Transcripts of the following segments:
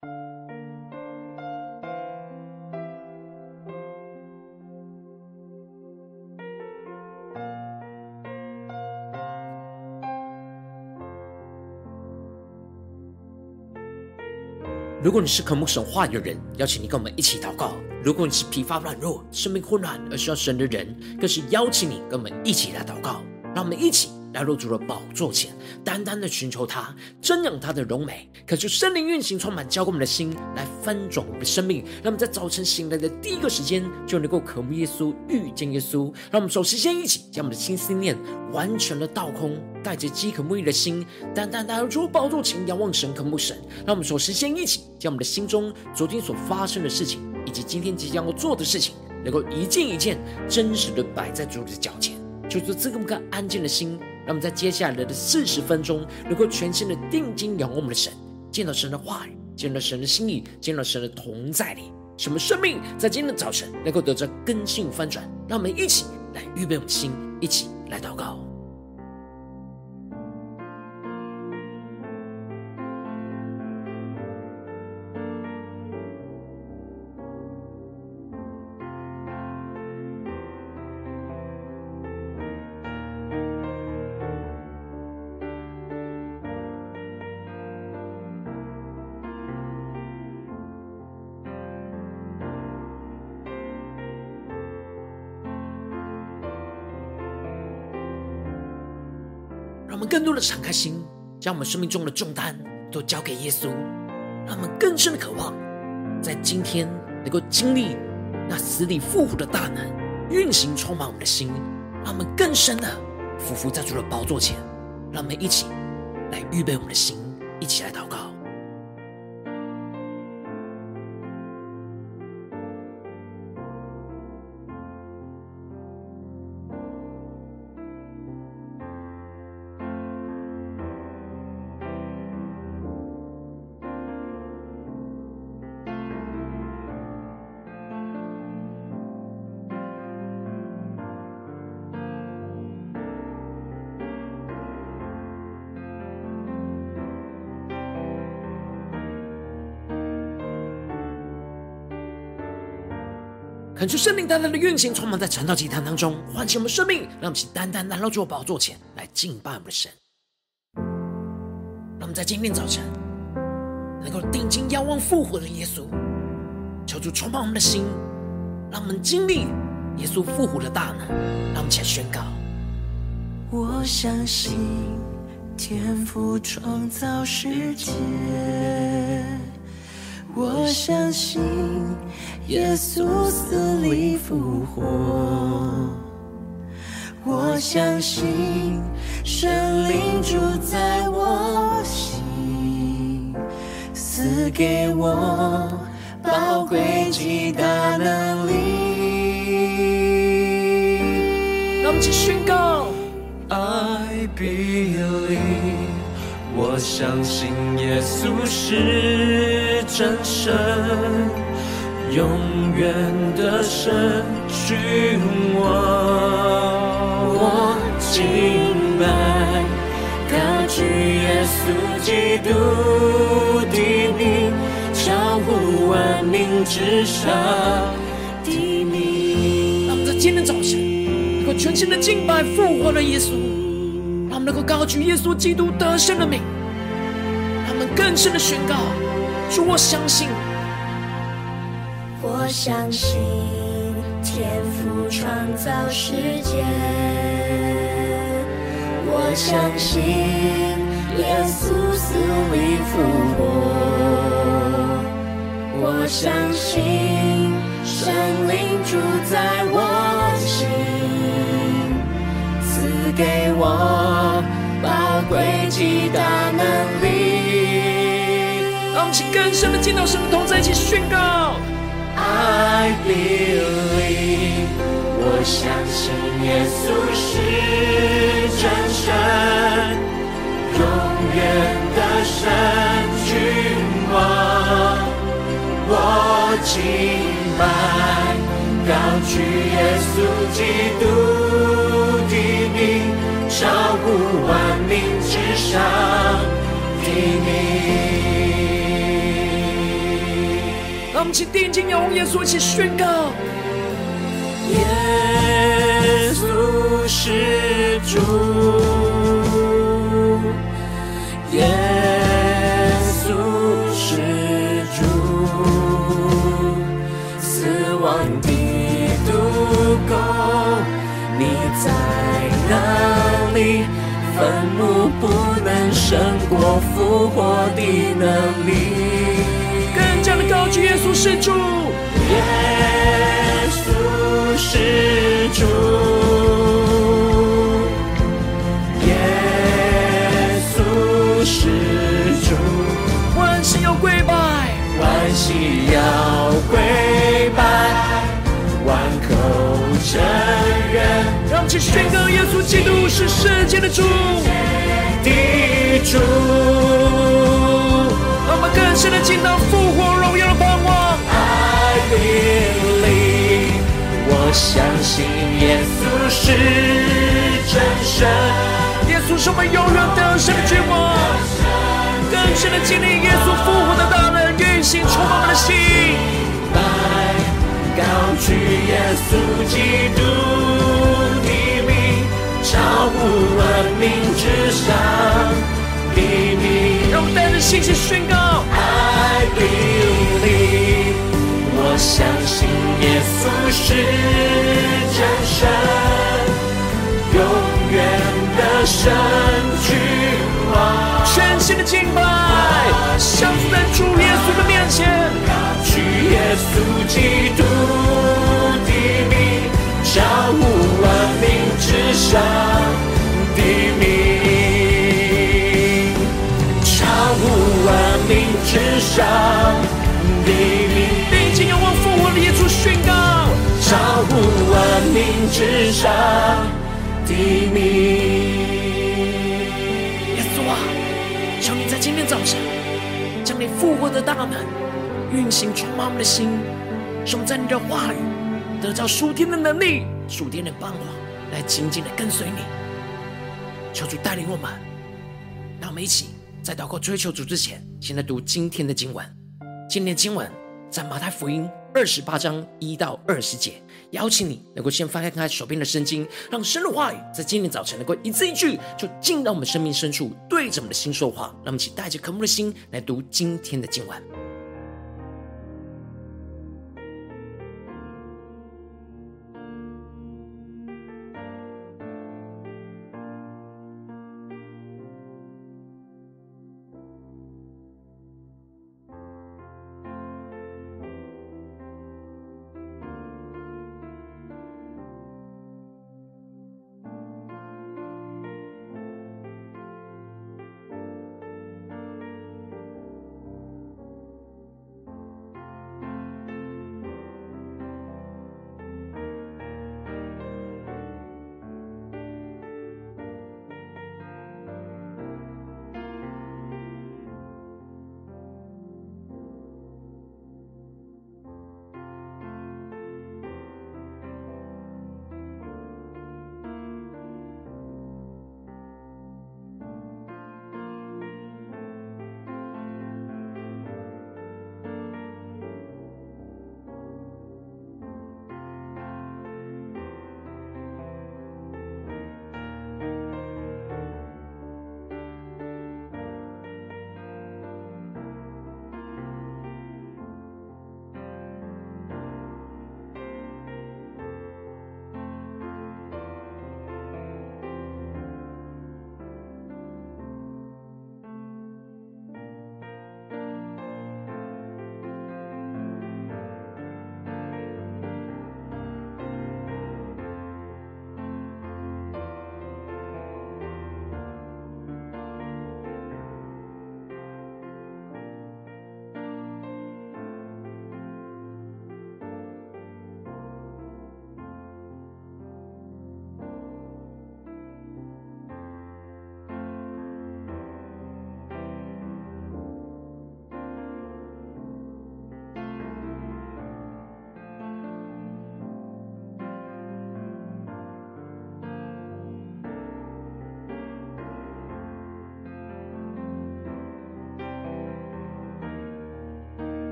如果你是渴慕神话语的人，邀请你跟我们一起祷告；如果你是疲乏软弱、生命混乱而需要神的人，更是邀请你跟我们一起来祷告。让我们一起来入主的宝座前，单单的寻求他，瞻仰他的荣美，恳求圣灵运行充满浇灌我们的心，来翻转我们的生命。让我们在早晨醒来的第一个时间，就能够渴慕耶稣，遇见耶稣。让我们首先一起将我们的心思念完全的倒空，带着饥渴沐浴的心，单单来入宝座前，仰望神，渴慕神。让我们首先一起将我们的心中昨天所发生的事情，以及今天即将要做的事情，能够一件一件真实的摆在主的脚前，求主赐给我们个安静的心，让我们在接下来的40分钟，能够全心的定睛仰望我们的神，见到神的话语，见到神的心意，见到神的同在里，使我们生命在今天的早晨能够得着更新翻转。让我们一起来预备我们的心，一起来祷告。让我们更多的敞开心，将我们生命中的重担都交给耶稣，让我们更深的渴望在今天能够经历那死里复活的大能运行充满我们的心，让我们更深的俯伏在主的宝座前。让我们一起来预备我们的心，一起来祷告。恳求圣灵单单的运行充满在晨祷祭坛当中，唤醒我们生命，让我们一起单单来到主的宝座前来敬拜我们的神。让我们在今天早晨能够定睛仰望复活的耶稣，求主充满我们的心，让我们经历耶稣复活的大能。让我们一起来宣告： 我相信天父创造世界，我相信耶稣死里复活，我相信神灵住在我心，赐给我宝贵极大能力。 让我们一起宣告 I believe， 我相信耶稣是真神，永远的神君王。我敬拜高举耶稣基督的名，超乎万名之上的名。 让我们在今天早晨能够全心的敬拜复活的耶稣，让我们能够高举耶稣基督得胜的名，让我们更深的宣告：主，我相信， 我相信天父创造世界，我相信耶稣死里复活，我相信神灵住在我心，赐给我宝贵极大能力。 让我们一起更深的见到神的同在，一起宣告 I believe， 我相信耶稣是真神，永远的神君王。我敬拜高举耶稣基督的名，超乎万名之上的名。 让我们一起定睛仰望耶稣，一起宣告： 耶稣是主，耶稣是主，死亡的渡口，你在哪里？坟墓不能胜过复活的能力。 更加的高举耶稣是主， 耶稣是主，耶稣是主， 万心要跪拜， 万膝要跪拜，万口承认。 让我们一起宣告耶稣基督是世界的主， 的主， 让我们更深的进到复活荣耀的盼望。 I believe， 我相信耶稣是真神， 耶稣是我们永远得胜的君王，更深的经历耶稣复活的大能运行充满我们的心。 来高举耶稣基督的名，超乎万民之上的名。 让我们带着信心宣告 I believe， 我相信耶稣是真神，永远的神君王。 全新的敬拜，降服在主耶稣的面前， 高举耶稣基督的名，超乎万民之上的名，超乎万民之上的名， 并且仰望复活的耶稣宣告， 超乎万民之上的名。 耶稣啊，求你在今天早晨将你复活的大能运行充满我们的心，使我们在你的话语得到属天的能力、属天的帮助，来紧紧的跟随你。求主带领我们，让我们一起在祷告追求主之前，先来读今天的经文。今天的经文在马太福音28章1到20节。邀请你能够先翻开手边的圣经，让神的话语在今天早晨能够一字一句就进到我们生命深处，对着我们的心说话。让我们一起带着渴慕的心来读今天的经文。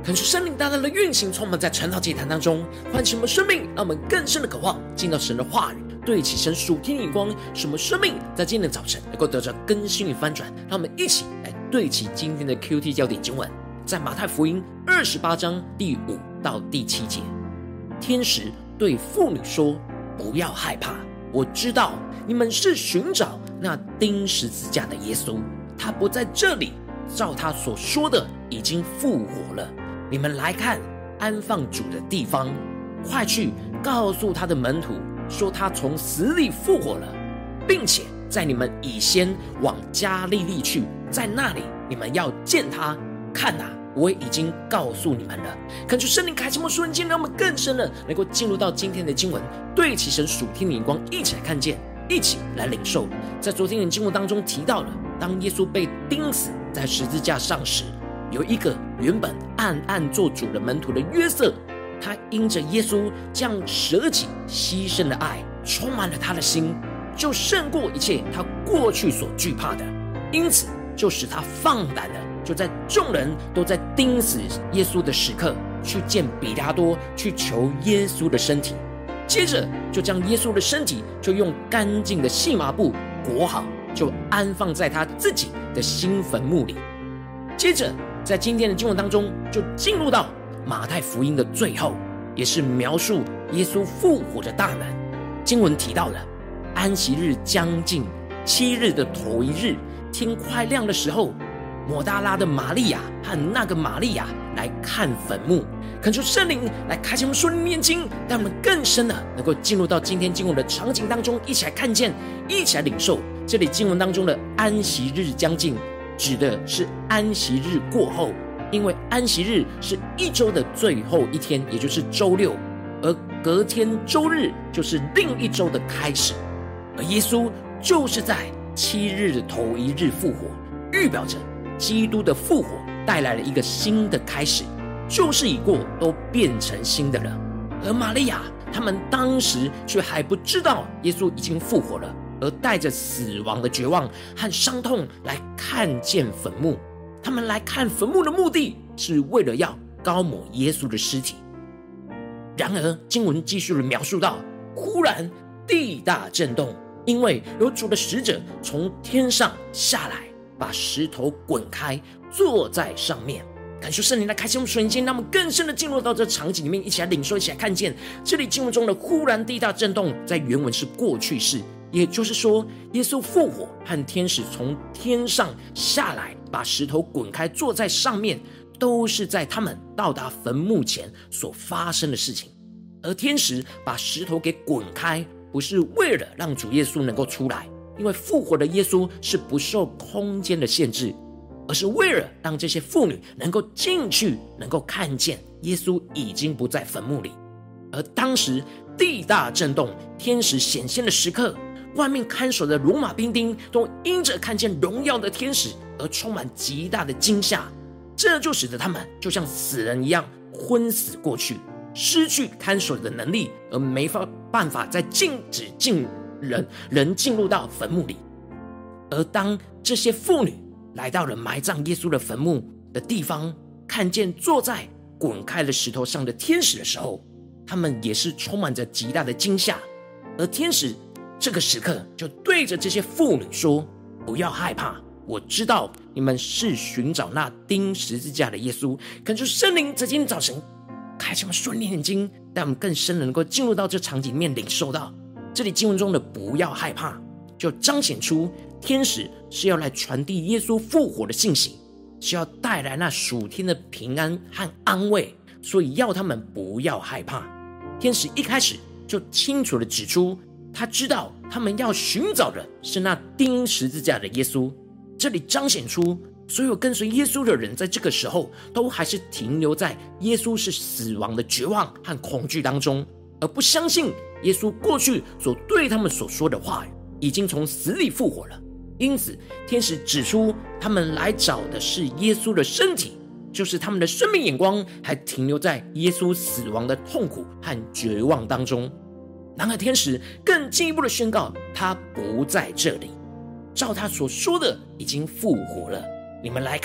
恳求圣灵大大的运行，充满在晨祷祭坛当中，唤醒我们生命，让我们更深的渴望进到神的话语，对齐神属天的眼光，使我们生命在今天的早晨能够得着更新与翻转。让我们一起来对齐今天的 QT 焦点经文，在马太福音28章第5到第7节。天使对妇女说：不要害怕，我知道你们是寻找那钉十字架的耶稣，他不在这里，照他所说的已经复活了。你们来看安放主的地方，快去告诉他的门徒，说他从死里复活了，并且在你们以先往加利利去，在那里你们要见他。看啊，我已经告诉你们了。恳求圣灵开启我们瞬间，让我们更深的能够进入到今天的经文，对齐神属天的眼光，一起来看见，一起来领受。在昨天的经文当中提到了，当耶稣被钉死在十字架上时，有一个原本暗暗做主的门徒的约瑟，他因着耶稣这样舍己牺牲的爱充满了他的心，就胜过一切他过去所惧怕的，因此就使他放胆的就在众人都在钉死耶稣的时刻，去见彼拉多，去求耶稣的身体。接着就将耶稣的身体就用干净的细麻布裹好，就安放在他自己的新坟墓里。接着在今天的经文当中，就进入到马太福音的最后，也是描述耶稣复活的大能。经文提到了安息日将近7日的头一日，天快亮的时候，抹大拉的玛利亚和那个玛利亚来看坟墓。恳求圣灵来开启我们属灵的眼睛，让我们更深的能够进入到今天经文的场景当中，一起来看见，一起来领受。这里经文当中的安息日将近，指的是安息日过后，因为安息日是一周的最后一天，也就是周六，而隔天周日就是另一周的开始。而耶稣就是在7日的头一日复活，预表着基督的复活带来了一个新的开始，旧事已过，都变成新的了。而玛利亚他们当时却还不知道耶稣已经复活了，而带着死亡的绝望和伤痛来看见坟墓。他们来看坟墓的目的是为了要膏抹耶稣的尸体。然而经文继续的描述到，忽然地大震动，因为有主的使者从天上下来，把石头滚开，坐在上面。感谢圣灵来开启我们属灵眼睛，让我们更深的进入到这场景里面，一起来领受，一起来看见。这里经文中的忽然地大震动，在原文是过去式，也就是说耶稣复活和天使从天上下来，把石头滚开，坐在上面，都是在他们到达坟墓前所发生的事情。而天使把石头给滚开，不是为了让主耶稣能够出来，因为复活的耶稣是不受空间的限制，而是为了让这些妇女能够进去，能够看见耶稣已经不在坟墓里。而当时地大震动，天使显现的时刻，外面看守的罗马兵丁都因着看见荣耀的天使而充满极大的惊吓，这就使得他们就像死人一样昏死过去，失去看守的能力，而没办法再禁止人进入到坟墓里。而当这些妇女来到了埋葬耶稣的坟墓的地方，看见坐在滚开的石头上的天使的时候，他们也是充满着极大的惊吓。而天使这个时刻就对着这些妇女说：不要害怕，我知道你们是寻找那钉十字架的耶稣。恳求圣灵在今天早晨开启我们属灵眼睛，让我们更深的能够进入到这场景里面，领受到这里经文中的不要害怕，就彰显出天使是要来传递耶稣复活的信息，是要带来那属天的平安和安慰，所以要他们不要害怕。天使一开始就清楚地指出，他知道他们要寻找的是那钉十字架的耶稣。这里彰显出所有跟随耶稣的人在这个时候都还是停留在耶稣是死亡的绝望和恐惧当中，而不相信耶稣过去所对他们所说的话语已经从死里复活了。因此天使指出他们来找的是耶稣的身体，就是他们的生命眼光还停留在耶稣死亡的痛苦和绝望当中。然而天使更进一步的宣告，他不在这里，照他所说的已经复活了。你们来看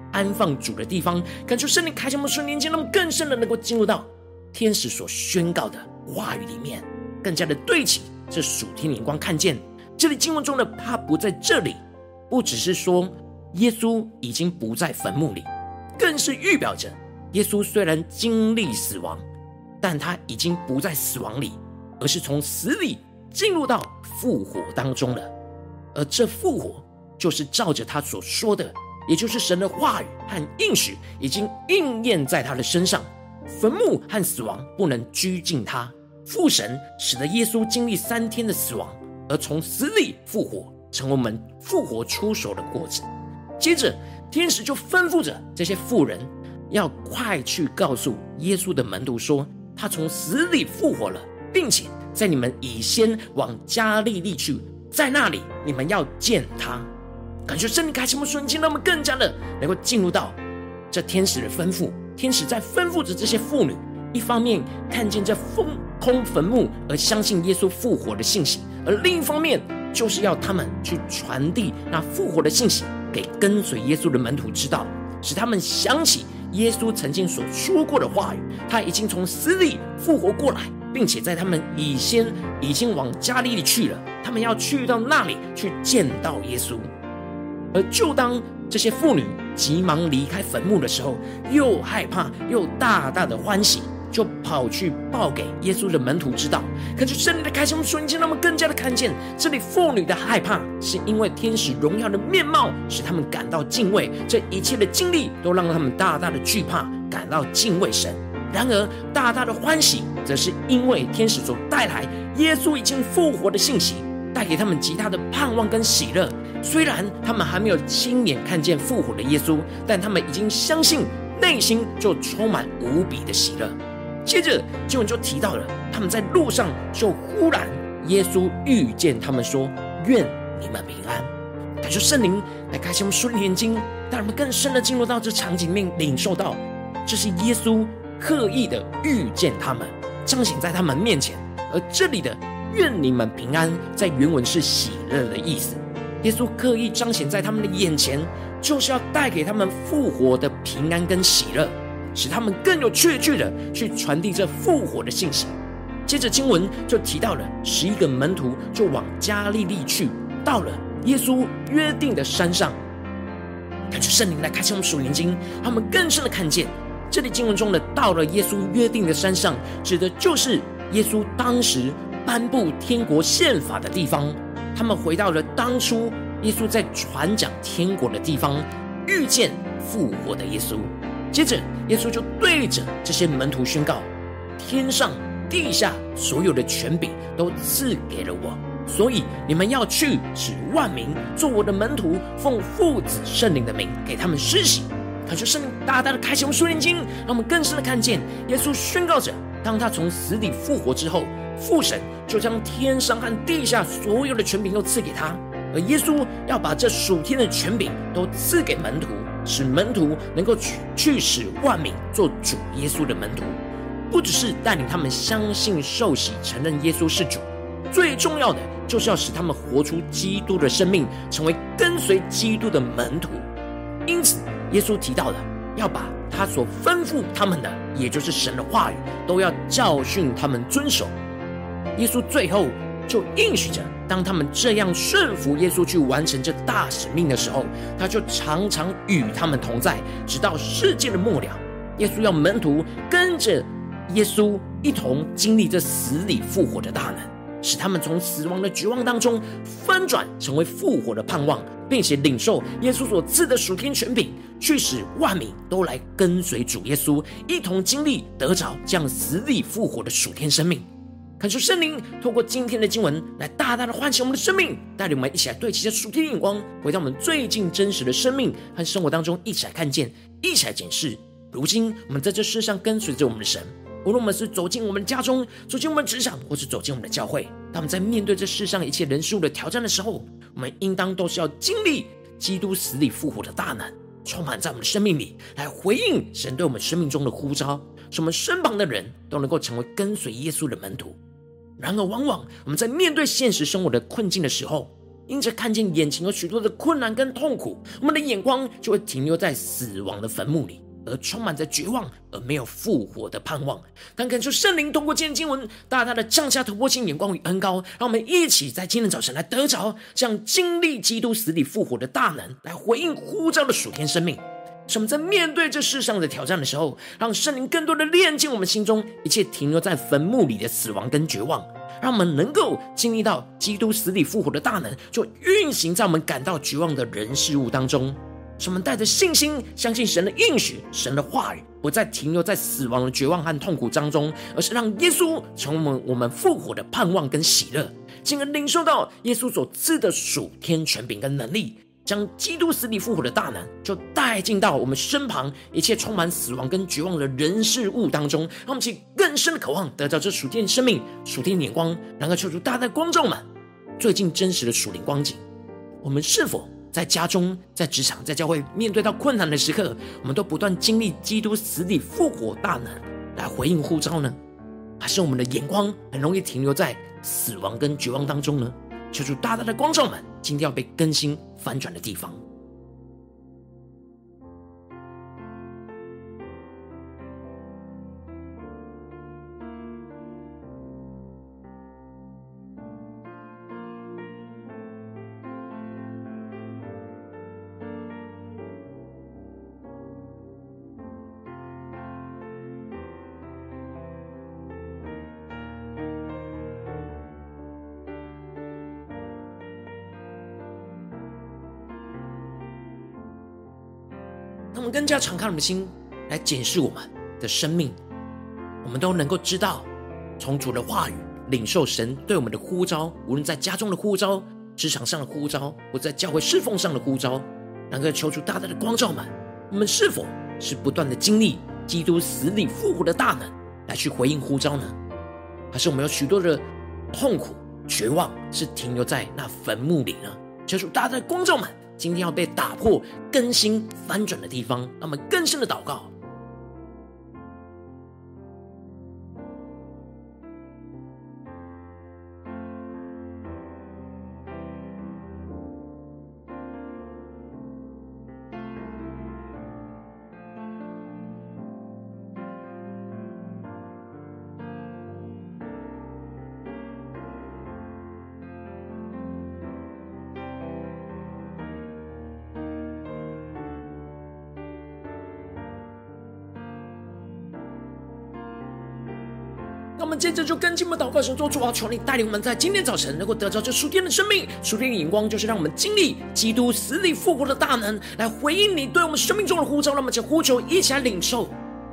安放主的地方。感受圣灵开启我们属灵眼睛，让我们更深的能够进入到天使所宣告的话语里面，更加的对齐这属天的眼光，看见这里经文中的他不在这里，不只是说耶稣已经不在坟墓里，更是预表着耶稣虽然经历死亡，但他已经不在死亡里，而是从死里进入到复活当中了。而这复活就是照着他所说的，也就是神的话语和应许已经应验在他的身上，坟墓和死亡不能拘禁他。父神使得耶稣经历3天的死亡，而从死里复活，成为我们复活出手的过程。接着天使就吩咐着这些妇人要快去告诉耶稣的门徒说，他从死里复活了，并且在你们以先往加利利去，在那里你们要见他。感觉圣灵开启我们瞬间，让我们更加的能够进入到这天使的吩咐。天使在吩咐着这些妇女，一方面看见这空坟墓而相信耶稣复活的信息，而另一方面就是要他们去传递那复活的信息给跟随耶稣的门徒知道，使他们想起耶稣曾经所说过的话语，他已经从死里复活过来，并且在他们已经往加利利去了，他们要去到那里去见到耶稣。而就当这些妇女急忙离开坟墓的时候，又害怕又大大的欢喜，就跑去报给耶稣的门徒知道。可是圣灵的开启，我们瞬间让我们更加的看见，这里妇女的害怕是因为天使荣耀的面貌使他们感到敬畏，这一切的经历都让他们大大的惧怕，感到敬畏神。然而大大的欢喜则是因为天使所带来耶稣已经复活的信息，带给他们极大的盼望跟喜乐。虽然他们还没有亲眼看见复活的耶稣，但他们已经相信，内心就充满无比的喜乐。接着经文就提到了，他们在路上就忽然耶稣遇见他们说，愿你们平安。感谢圣灵来开启我们属灵眼睛，让我们更深的进入到这场景面，领受到这是耶稣刻意的遇见他们，彰显在他们面前。而这里的愿你们平安在原文是喜乐的意思，耶稣刻意彰显在他们的眼前，就是要带给他们复活的平安跟喜乐，使他们更有确据的去传递这复活的信息。接着经文就提到了11个门徒就往加利利去，到了耶稣约定的山上。感谢圣灵来开启我们属灵眼睛，让我们更深的看见这里经文中的到了耶稣约定的山上，指的就是耶稣当时颁布天国宪法的地方。他们回到了当初耶稣在传讲天国的地方，遇见复活的耶稣。接着耶稣就对着这些门徒宣告，天上地下所有的权柄都赐给了我，所以你们要去，使万民做我的门徒，奉父子圣灵的名给他们施洗。感谢圣灵大大的开启我们属灵眼睛，让我们更深的看见耶稣宣告着，当他从死里复活之后，父神就将天上和地下所有的权柄都赐给他，而耶稣要把这属天的权柄都赐给门徒，使门徒能够去使万民做主耶稣的门徒。不只是带领他们相信受洗承认耶稣是主，最重要的就是要使他们活出基督的生命，成为跟随基督的门徒。因此耶稣提到了要把他所吩咐他们的，也就是神的话语，都要教训他们遵守。耶稣最后就应许着，当他们这样顺服耶稣去完成这大使命的时候，他就常常与他们同在，直到世界的末了。耶稣要门徒跟着耶稣一同经历这死里复活的大能，使他们从死亡的绝望当中翻转成为复活的盼望，并且领受耶稣所赐的属天权柄，去使万民都来跟随主耶稣，一同经历得着这样死里复活的属天生命。恳求圣灵透过今天的经文来大大的唤醒我们的生命，带领我们一起来对齐这属天的眼光，回到我们最近真实的生命和生活当中，一起来看见，一起来检视。如今我们在这世上跟随着我们的神，无论我们是走进我们的家中，走进我们的职场，或是走进我们的教会，当我们在面对这世上一切人事物的挑战的时候，我们应当都是要经历基督死里复活的大能，充满在我们的生命里，来回应神对我们生命中的呼召，使我们身旁的人都能够成为跟随耶稣的门徒。然而往往我们在面对现实生活的困境的时候， 因着看见眼前有许多的困难跟痛苦，我们的眼光就会停留在死亡的坟墓里，而充满着绝望，而没有复活的盼望。但恳求圣灵通过今天经文大大的降下突破性眼光与恩膏，让我们一起在今天早晨来得着这样经历基督死里复活的大能，来回应呼召的属天生命。使我们在面对这世上的挑战的时候，让圣灵更多的炼净我们心中一切停留在坟墓里的死亡跟绝望，让我们能够经历到基督死里复活的大能，就运行在我们感到绝望的人事物当中。使我们带着信心相信神的应许，神的话语，不再停留在死亡的绝望和痛苦当中，而是让耶稣成为我们复活的盼望跟喜乐，进而领受到耶稣所赐的属天权柄跟能力，将基督死里复活的大能就带进到我们身旁一切充满死亡跟绝望的人事物当中，让我们去更深的渴望得到这属天生命、属天眼光。然后求主大大光照们最近真实的属灵光景，我们是否在家中、在职场、在教会面对到困难的时刻，我们都不断经历基督死里复活大能来回应呼召呢？还是我们的眼光很容易停留在死亡跟绝望当中呢？求主大大的光照们今天要被更新翻转的地方。让我们更加敞开我们的心来检视我们的生命，我们都能够知道从主的话语领受神对我们的呼召，无论在家中的呼召、职场上的呼召，或在教会侍奉上的呼召，能够求出大大的光照们，我们是否是不断的经历基督死里复活的大能来去回应呼召呢？还是我们有许多的痛苦绝望是停留在那坟墓里呢？求主大大的光照们今天要被打破、更新、翻转的地方，让我们更深的祷告。那我们接着就跟进我们祷告，神说主啊，求你带领我们在今天早晨能够得着这属天的生命、属天的眼光，就是让我们经历基督死里复活的大能，来回应你对我们生命中的呼召。让我们将呼求一起来领受。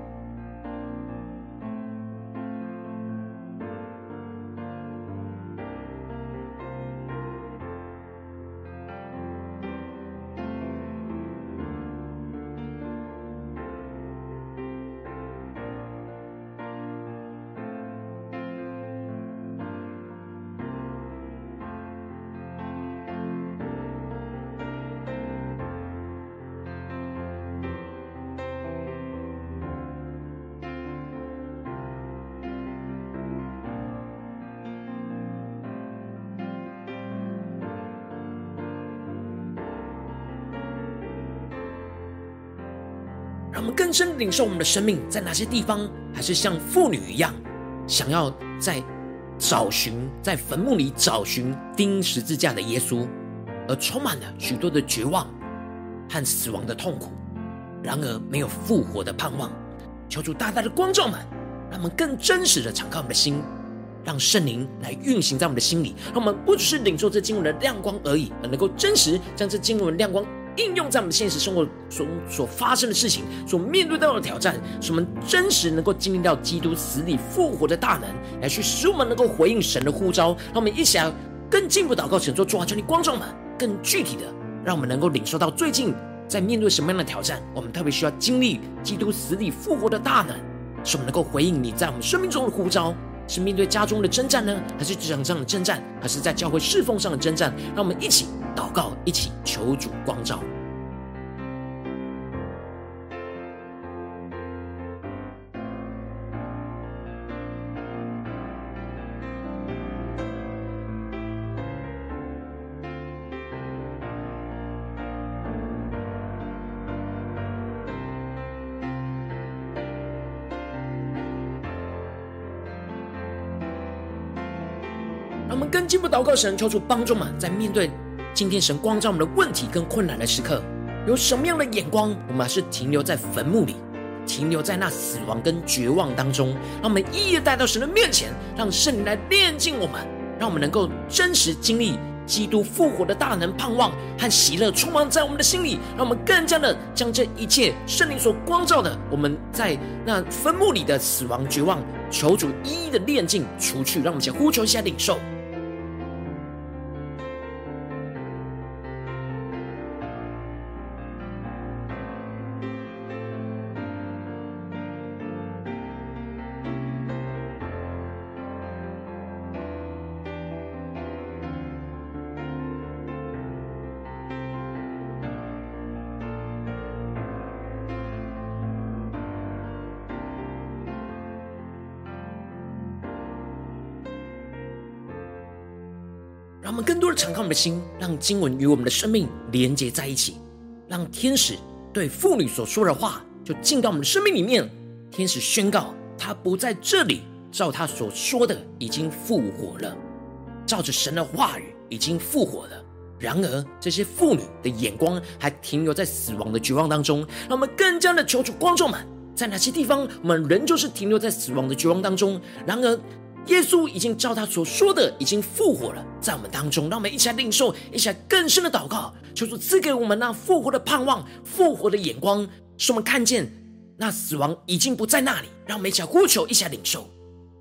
让我们更深地领受我们的生命在哪些地方还是像妇女一样，想要在坟墓里找寻钉十字架的耶稣，而充满了许多的绝望和死亡的痛苦，然而没有复活的盼望。求主大大的光照们，让我们更真实的敞开我们的心，让圣灵来运行在我们的心里，让我们不只是领受这经文的亮光而已，而能够真实将这经文的亮光应用在我们现实生活中所发生的事情，所面对到的挑战，使我们真实能够经历到基督死里复活的大能，来去使我们能够回应神的呼召。让我们一起来更进一步祷告，神说主啊，求你光照们更具体的，让我们能够领受到最近在面对什么样的挑战，我们特别需要经历基督死里复活的大能，使我们能够回应你在我们生命中的呼召。是面对家中的征战呢，还是职场上的征战，还是在教会侍奉上的征战？让我们一起祷告，一起求主光照。 我们更进一步祷告神，求主帮助我们在面对今天神光照我们的问题跟困难的时刻，有什么样的眼光，我们还是停留在坟墓里，停留在那死亡跟绝望当中，让我们一一带到神的面前，让圣灵来炼净我们，让我们能够真实经历基督复活的大能盼望和喜乐充满在我们的心里，让我们更加的将这一切圣灵所光照的我们在那坟墓里的死亡绝望，求主一一的炼净除去。让我们先呼求一下领受。让我们更多的敞开我们的心，让经文与我们的生命连结在一起，让天使对妇女所说的话就进到我们的生命里面。天使宣告他不在这里，照他所说的已经复活了，照着神的话语已经复活了。然而这些妇女的眼光还停留在死亡的绝望当中，让我们更加的求主光照们，在哪些地方我们仍旧是停留在死亡的绝望当中，然而耶稣已经照他所说的已经复活了，在我们当中。让我们一起来领受，一起来更深的祷告，求主赐给我们那复活的盼望，复活的眼光，使我们看见那死亡已经不在那里。让我们一起来呼求，一起来领受。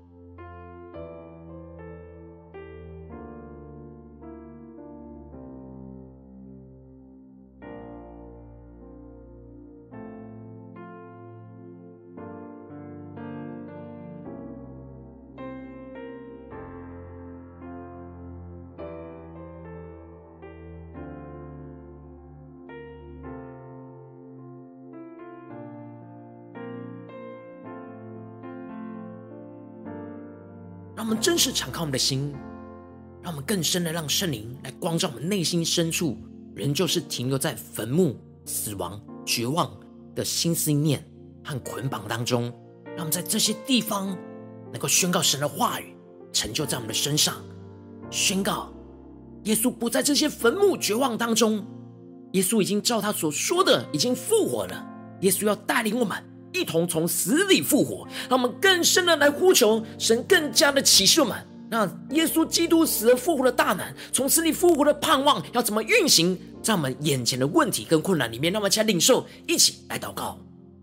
让我们真实敞开我们的心，让我们更深的让圣灵来光照我们内心深处仍旧是停留在坟墓、死亡、绝望的心思念和捆绑当中，让我们在这些地方能够宣告神的话语成就在我们的身上，宣告耶稣不在这些坟墓绝望当中，耶稣已经照他所说的已经复活了，耶稣要带领我们一同从死里复活。让我们更深的来呼求神更加的启示我们，那耶稣基督死而复活的大能，从死里复活的盼望要怎么运行在我们眼前的问题跟困难里面。让我们一起来领受，一起来祷告。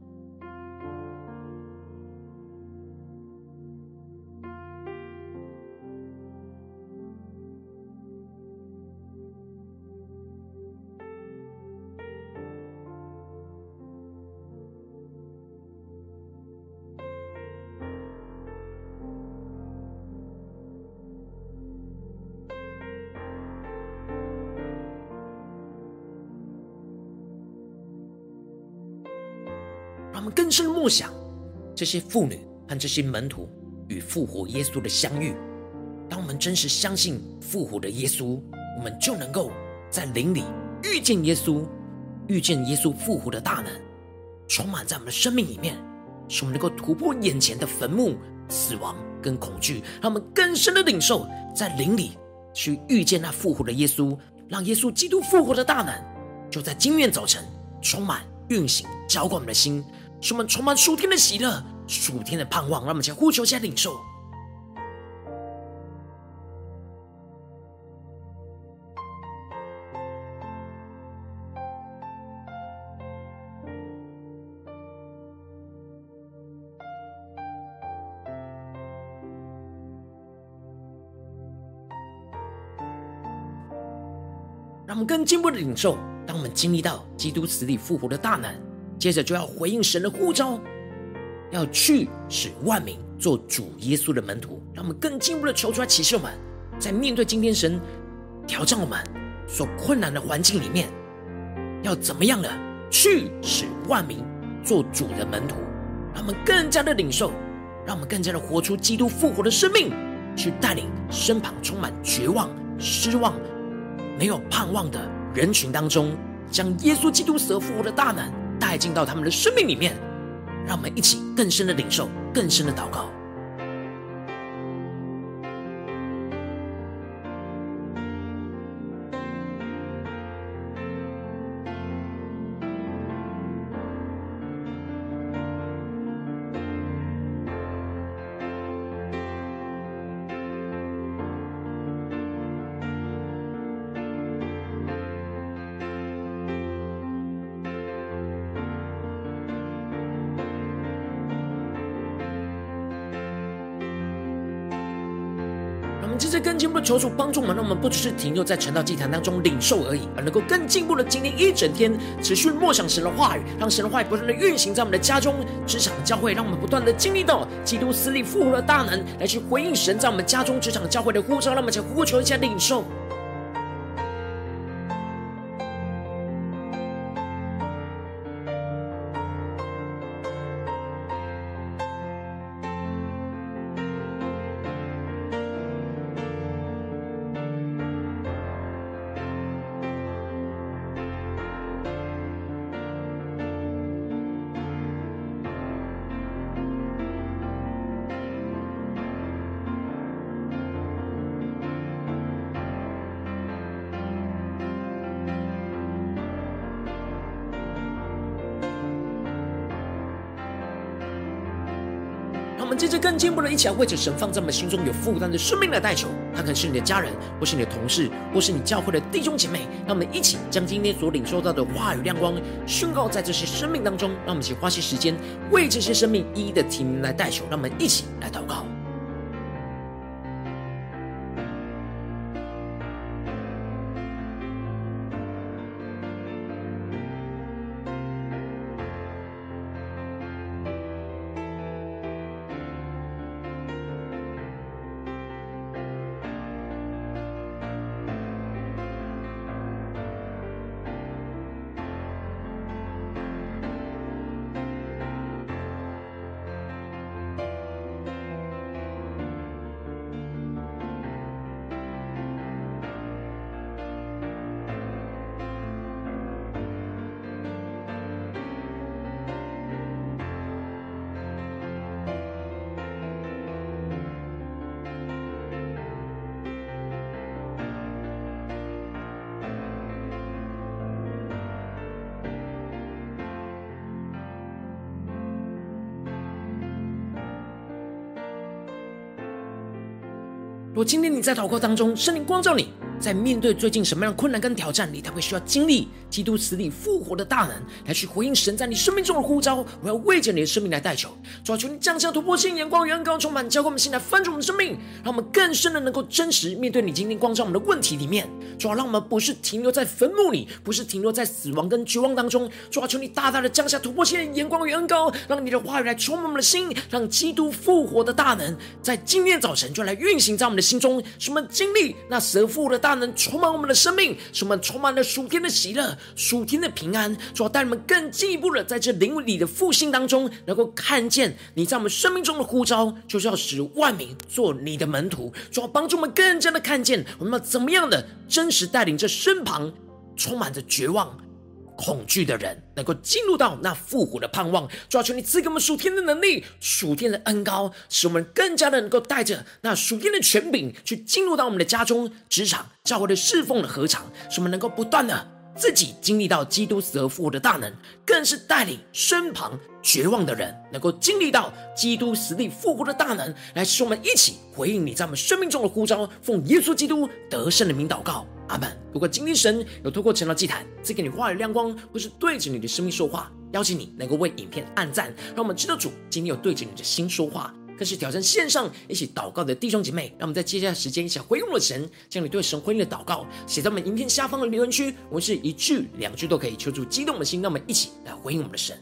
让我们更深默想这些妇女和这些门徒与复活耶稣的相遇。当我们真实相信复活的耶稣，我们就能够在灵里遇见耶稣，遇见耶稣复活的大能充满在我们的生命里面，使我们能够突破眼前的坟墓、死亡跟恐惧。让我们更深的领受在灵里去遇见那复活的耶稣，让耶稣基督复活的大能就在今天早晨充满运行浇灌我们的心，使我们充满属天的喜乐、属天的盼望。让我们先呼求，先领受。让我们更进一步的领受，当我们经历到基督死里复活的大能，接着就要回应神的呼召，要去使万民做主耶稣的门徒。让我们更进一步的求出来启示我们，在面对今天神挑战我们所困难的环境里面，要怎么样的去使万民做主的门徒。让我们更加的领受，让我们更加的活出基督复活的生命，去带领身旁充满绝望、失望、没有盼望的人群当中，将耶稣基督死而复活的大能带进到他们的生命里面。让我们一起更深的领受，更深的祷告。 着更进一步的求主帮助我们，让我们不只是停留在晨祷祭坛当中领受而已，而能够更进一步的今天一整天持续默想神的话语，让神的话语不断的运行在我们的家中、职场、教会，让我们不断的经历到基督死里复活的大能，来去回应神在我们家中、职场、教会的呼召。让我们一起呼求，一起领受。我们接着更进一步的一起来为着神放在我们心中有负担的生命来代求，他可能是你的家人，或是你的同事，或是你教会的弟兄姐妹。让我们一起将今天所领受到的话语亮光宣告在这些生命当中，让我们一起花些时间为这些生命一一的提名来代求。让我们一起来祷告。如果今天你在祷告当中，圣灵光照你，在面对最近什么样的困难跟挑战里，他会需要经历基督死里复活的大能，来去回应神在你生命中的呼召。我要为着你的生命来代求，主啊，求你降下突破性眼光与恩膏，充满浇灌我们心，来翻转我们的生命，让我们更深的能够真实面对你今天光照我们的问题里面。主啊，让我们不是停留在坟墓里，不是停留在死亡跟绝望当中。主啊，求你大大的降下突破性的眼光与恩膏，让你的话语来充满我们的心，让基督复活的大能在今天早晨就来运行在我们的心中，使我们经历那死复活的大能充满我们的生命，使我们充满了属天的喜乐、属天的平安。主啊，带我们更进一步的在这灵里的复兴当中，能够看见你在我们生命中的呼召，就是要使万民做你的门徒。主啊，帮助我们更加的看见我们要怎么样的真实带领着身旁充满着绝望恐惧的人，能够进入到那复活的盼望。主啊，求你赐给我们属天的能力、属天的恩膏，使我们更加的能够带着那属天的权柄去进入到我们的家中、职场、教会的侍奉的合场，使我们能够不断的自己经历到基督死而复活的大能，更是带领身旁绝望的人能够经历到基督死里复活的大能，来使我们一起回应你在我们生命中的呼召。奉耶稣基督得胜的名祷告，阿们。如果今天神有透过晨祷祭坛赐给你话语亮光，或是对着你的生命说话，邀请你能够为影片按赞，让我们知道主今天有对着你的心说话。更是挑战线上一起祷告的弟兄姐妹，让我们在接下来的时间一起回应我们的神，将你对神回应的祷告写在我们影片下方的留言区，我们是一句两句都可以，求主激动我们的心，让我们一起来回应我们的神。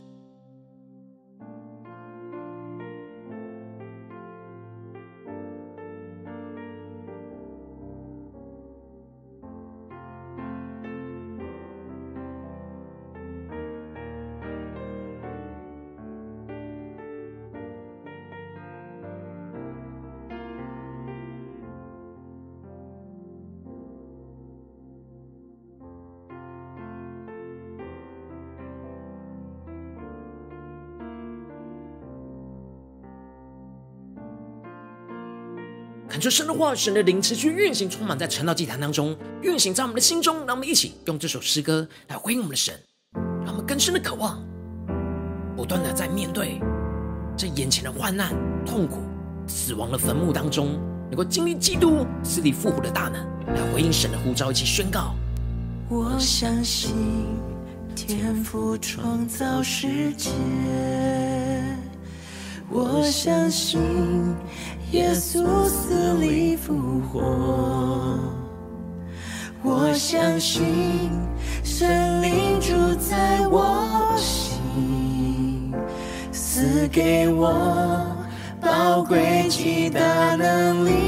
恳求神的话、神的灵持续运行，充满在晨祷祭坛当中，运行在我们的心中。让我们一起用这首诗歌来回应我们的神，让我们更深的渴望，不断的在面对这眼前的患难、痛苦、死亡的坟墓当中，能够经历基督死里复活的大能，来回应神的呼召，一起宣告： 我相信天父创造世界， 我相信耶稣死里复活，我相信圣灵住在我心，赐给我宝贵极大能力。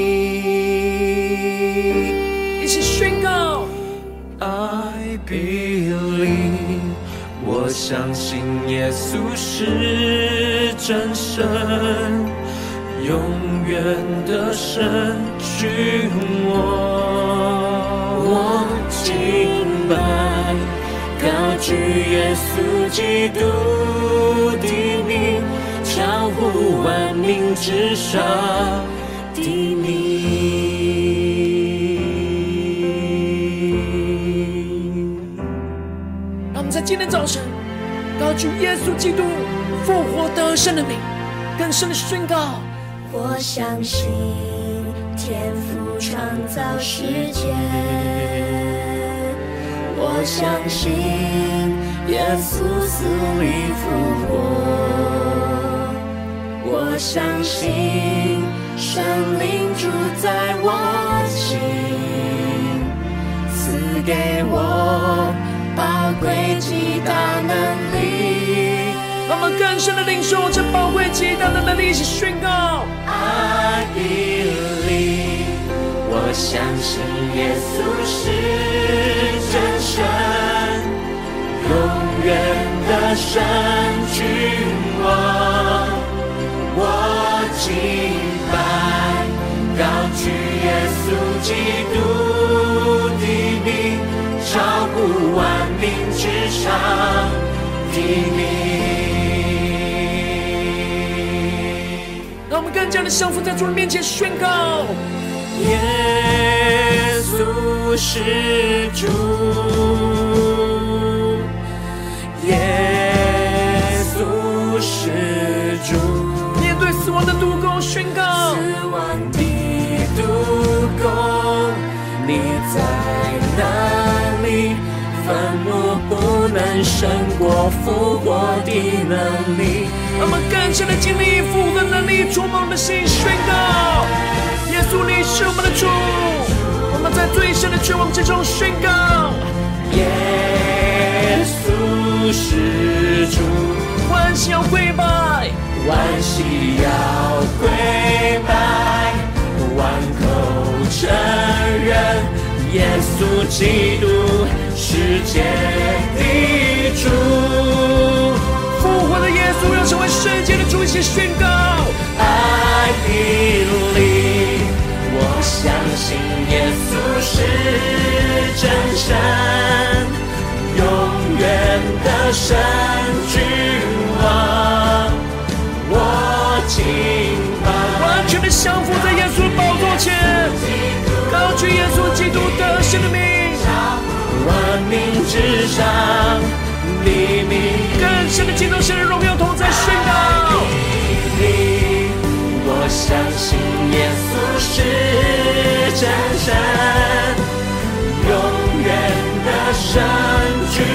一起宣告 I believe， 我相信耶稣是真神，永远的神君我敬拜，高举耶稣基督的名，超乎万民之上的名。 让我们在今天早晨高举耶稣基督复活得胜的名，更深的宣告： 我相信天父创造世界，我相信耶稣死里复活，我相信圣灵住在我心，赐给我宝贵极大能力。 让我们更深的领受这宝贵极大的能力，一起宣告 I believe， 我相信耶稣是真神，永远的神君我敬拜，高举耶稣基督的名，超乎万民之上的名。 让我们更加的降服在主的面前宣告： 耶稣是主，耶稣是主。 面对死亡的毒钩宣告： 死亡的毒钩，你在哪里？坟墓不能胜过复活的能力。 让我们更深的经历复活的能力，触摸我们的心，宣告：耶稣，你是我们的主。我们在最深的绝望之中宣告： 耶稣是主， 欢喜要跪拜， 欢喜要跪拜，万口承认耶稣基督世界的主。 复活的耶稣要成为世界的主，一起宣告 I believe， 我相信耶稣是真神，永远的神君我敬拜， 完全的降服在耶稣的宝座前，高举耶稣基督得胜的名， 万民之上的名， 更深的敬重神的荣耀同在宣告。 我相信耶稣是真神，永远的神君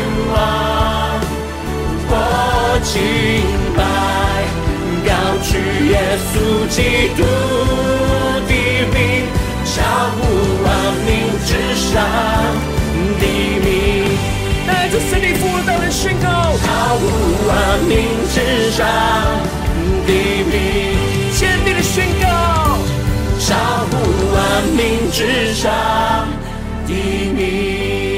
我敬拜，高举耶稣基督的名，超乎万民之上的名， 带着神力复活的人宣告， 超乎万民之上的名， 坚定的宣告， 超乎万民之上的名。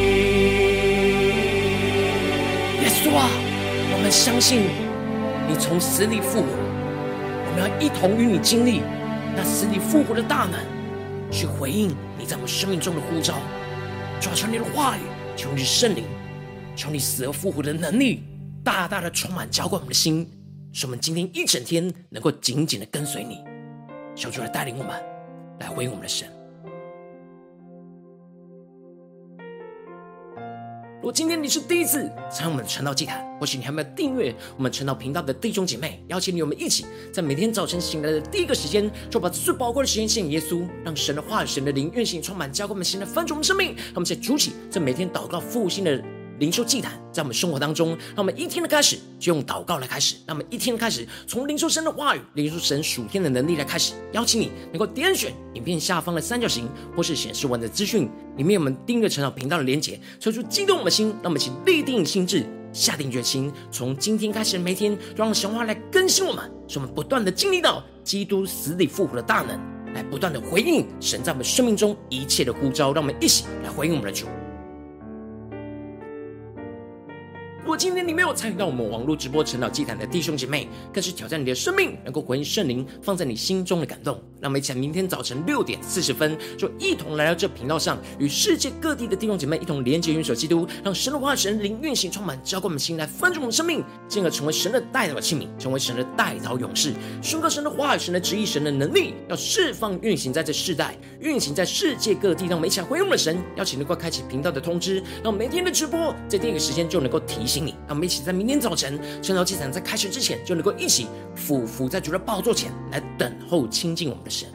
耶稣啊，我们相信你从死里复活，我们要一同与你经历那死里复活的大能，去回应你在我们生命中的呼召。主啊，求你的话语，求你的圣灵，求你死而复活的能力，大大的充满浇灌我们的心，使我们今天一整天能够紧紧的跟随你。求主来带领我们，来回应我们的神。如果今天你是第一次参与我们的传道祭坛，或许你还没有订阅我们传道频道的弟兄姐妹，邀请你我们一起在每天早晨醒来的第一个时间，就把最宝贵的时间献给耶稣，让神的话语、神的灵运行充满，浇灌我们心的翻转我们生命。让我们一起筑起这每天祷告复兴的灵修祭坛在我们生活当中，让我们一天的开始就用祷告来开始，让我们一天的开始从灵修神的话语、灵修神属天的能力来开始。邀请你能够点选影片下方的三角形，或是显示完的资讯里面有我们订阅成长频道的连结，抽出激动我们的心，让我们一起立定心志，下定决心，从今天开始的每一天，让神话来更新我们，使我们不断的经历到基督死里复活的大能，来不断的回应神在我们生命中一切的呼召。让我们一起来回应我们的主。如果今天你没有参与到我们网络直播晨祷祭坛的弟兄姐妹，更是挑战你的生命，能够回应圣灵放在你心中的感动。让我们一起来明天早晨6点40分，就一同来到这频道上，与世界各地的弟兄姐妹一同连结、元首基督，让神的话语、神灵运行充满，浇灌我们心，来翻转我们生命，进而成为神的代祷器皿，成为神的代祷勇士，宣告神的话语、神的旨意、神的能力，要释放运行在这世代，运行在世界各地。让我们一起来回应我们的神，邀请能够开启频道的通知，让每天的直播在第一个时间就能够提醒你。让我们一起在明天早晨晨祷祭坛在开始之前，就能够一起俯伏在主的宝座前来等候亲近我们的神。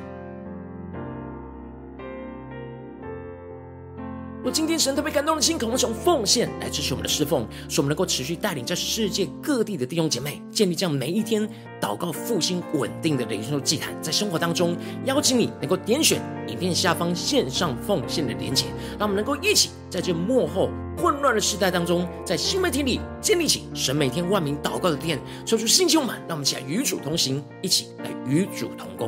若今天神特别感动的心，渴望从奉献来支持我们的侍奉，使我们能够持续带领在世界各地的弟兄姐妹建立这样每一天祷告复兴稳定的灵修祭坛，在生活当中邀请你能够点选影片下方线上奉献的连结，让我们能够一起在这末后混乱的时代当中，在新媒体里建立起神每天万名祷告的殿，说出新旧满，让我们一起来与主同行，一起来与主同工。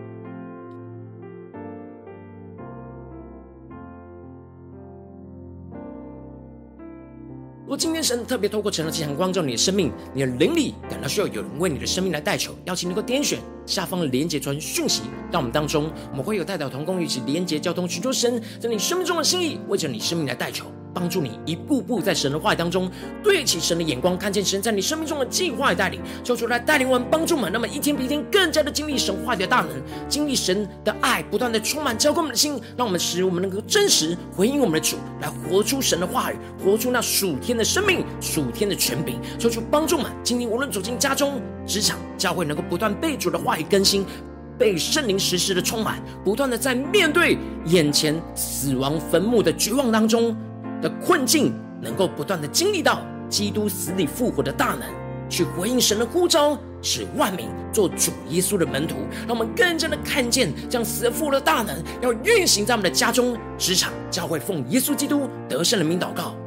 如果今天神特别透过晨祷祭坛光照你的生命，你的灵里感到需要有人为你的生命来代求，邀请能够点选下方的连结传讯息到我们当中，我们会有代祷同工一起连结交通，寻求神在你生命中的心意，为着你生命来代求，帮助你一步步在神的话语当中对齐神的眼光，看见神在你生命中的计划与带领，求主来带领我们，帮助我们，那么一天比一天更加的经历神话语的大能，经历神的爱不断的充满浇灌我们的心，让我们使我们能够真实回应我们的主，来活出神的话语，活出那属天的生命、属天的权柄。求主帮助我们今天无论走进家中、职场、教会，能够不断被主的话语更新，被圣灵实时的充满，不断的在面对眼前死亡坟墓的绝望当中的困境，能够不断的经历到基督死里复活的大能，去回应神的呼召，使万民做主耶稣的门徒。让我们更加的看见这样死而复活的大能要运行在我们的家中、职场、教会，奉耶稣基督得胜的名祷告，